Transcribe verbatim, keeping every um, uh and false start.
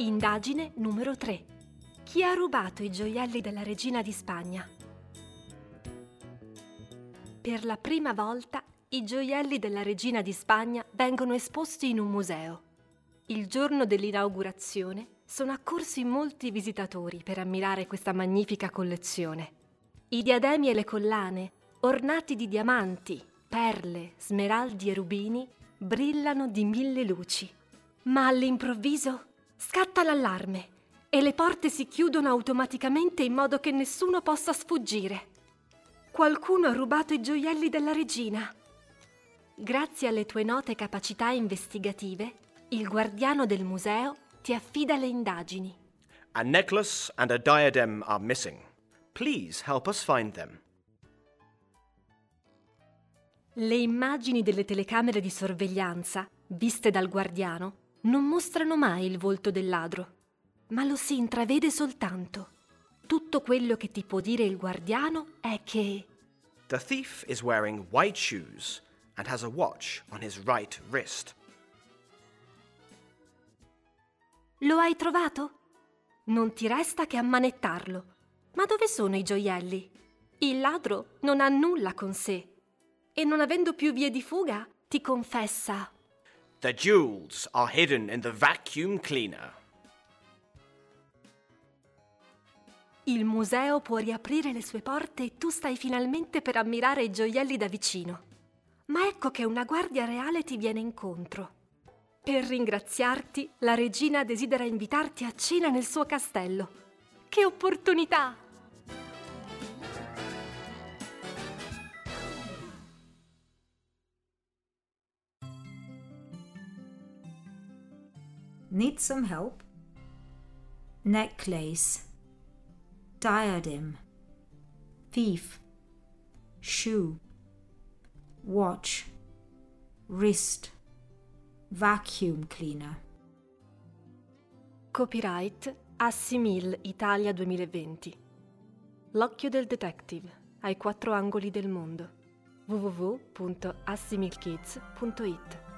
Indagine numero tre. Chi ha rubato i gioielli della regina di Spagna? Per la prima volta i gioielli della regina di Spagna vengono esposti in un museo. Il giorno dell'inaugurazione sono accorsi molti visitatori per ammirare questa magnifica collezione. I diademi e le collane, ornati di diamanti, perle, smeraldi e rubini, brillano di mille luci. Ma all'improvviso scatta l'allarme e le porte si chiudono automaticamente in modo che nessuno possa sfuggire. Qualcuno ha rubato i gioielli della regina. Grazie alle tue note capacità investigative, il guardiano del museo ti affida le indagini. A necklace and a diadem are missing. Please help us find them. Le immagini delle telecamere di sorveglianza, viste dal guardiano, non mostrano mai il volto del ladro, ma lo si intravede soltanto. Tutto quello che ti può dire il guardiano è che The thief is wearing white shoes and has a watch on his right wrist. Lo hai trovato? Non ti resta che ammanettarlo. Ma dove sono i gioielli? Il ladro non ha nulla con sé e non avendo più vie di fuga ti confessa: The jewels are hidden in the vacuum cleaner. Il museo può riaprire le sue porte e tu stai finalmente per ammirare i gioielli da vicino. Ma ecco che una guardia reale ti viene incontro. Per ringraziarti, la regina desidera invitarti a cena nel suo castello. Che opportunità! Need some help? Necklace, diadem, thief, shoe, watch, wrist, vacuum cleaner. Copyright Assimil Italia duemilaventi. L'occhio del detective ai quattro angoli del mondo. w w w punto assimilkids punto it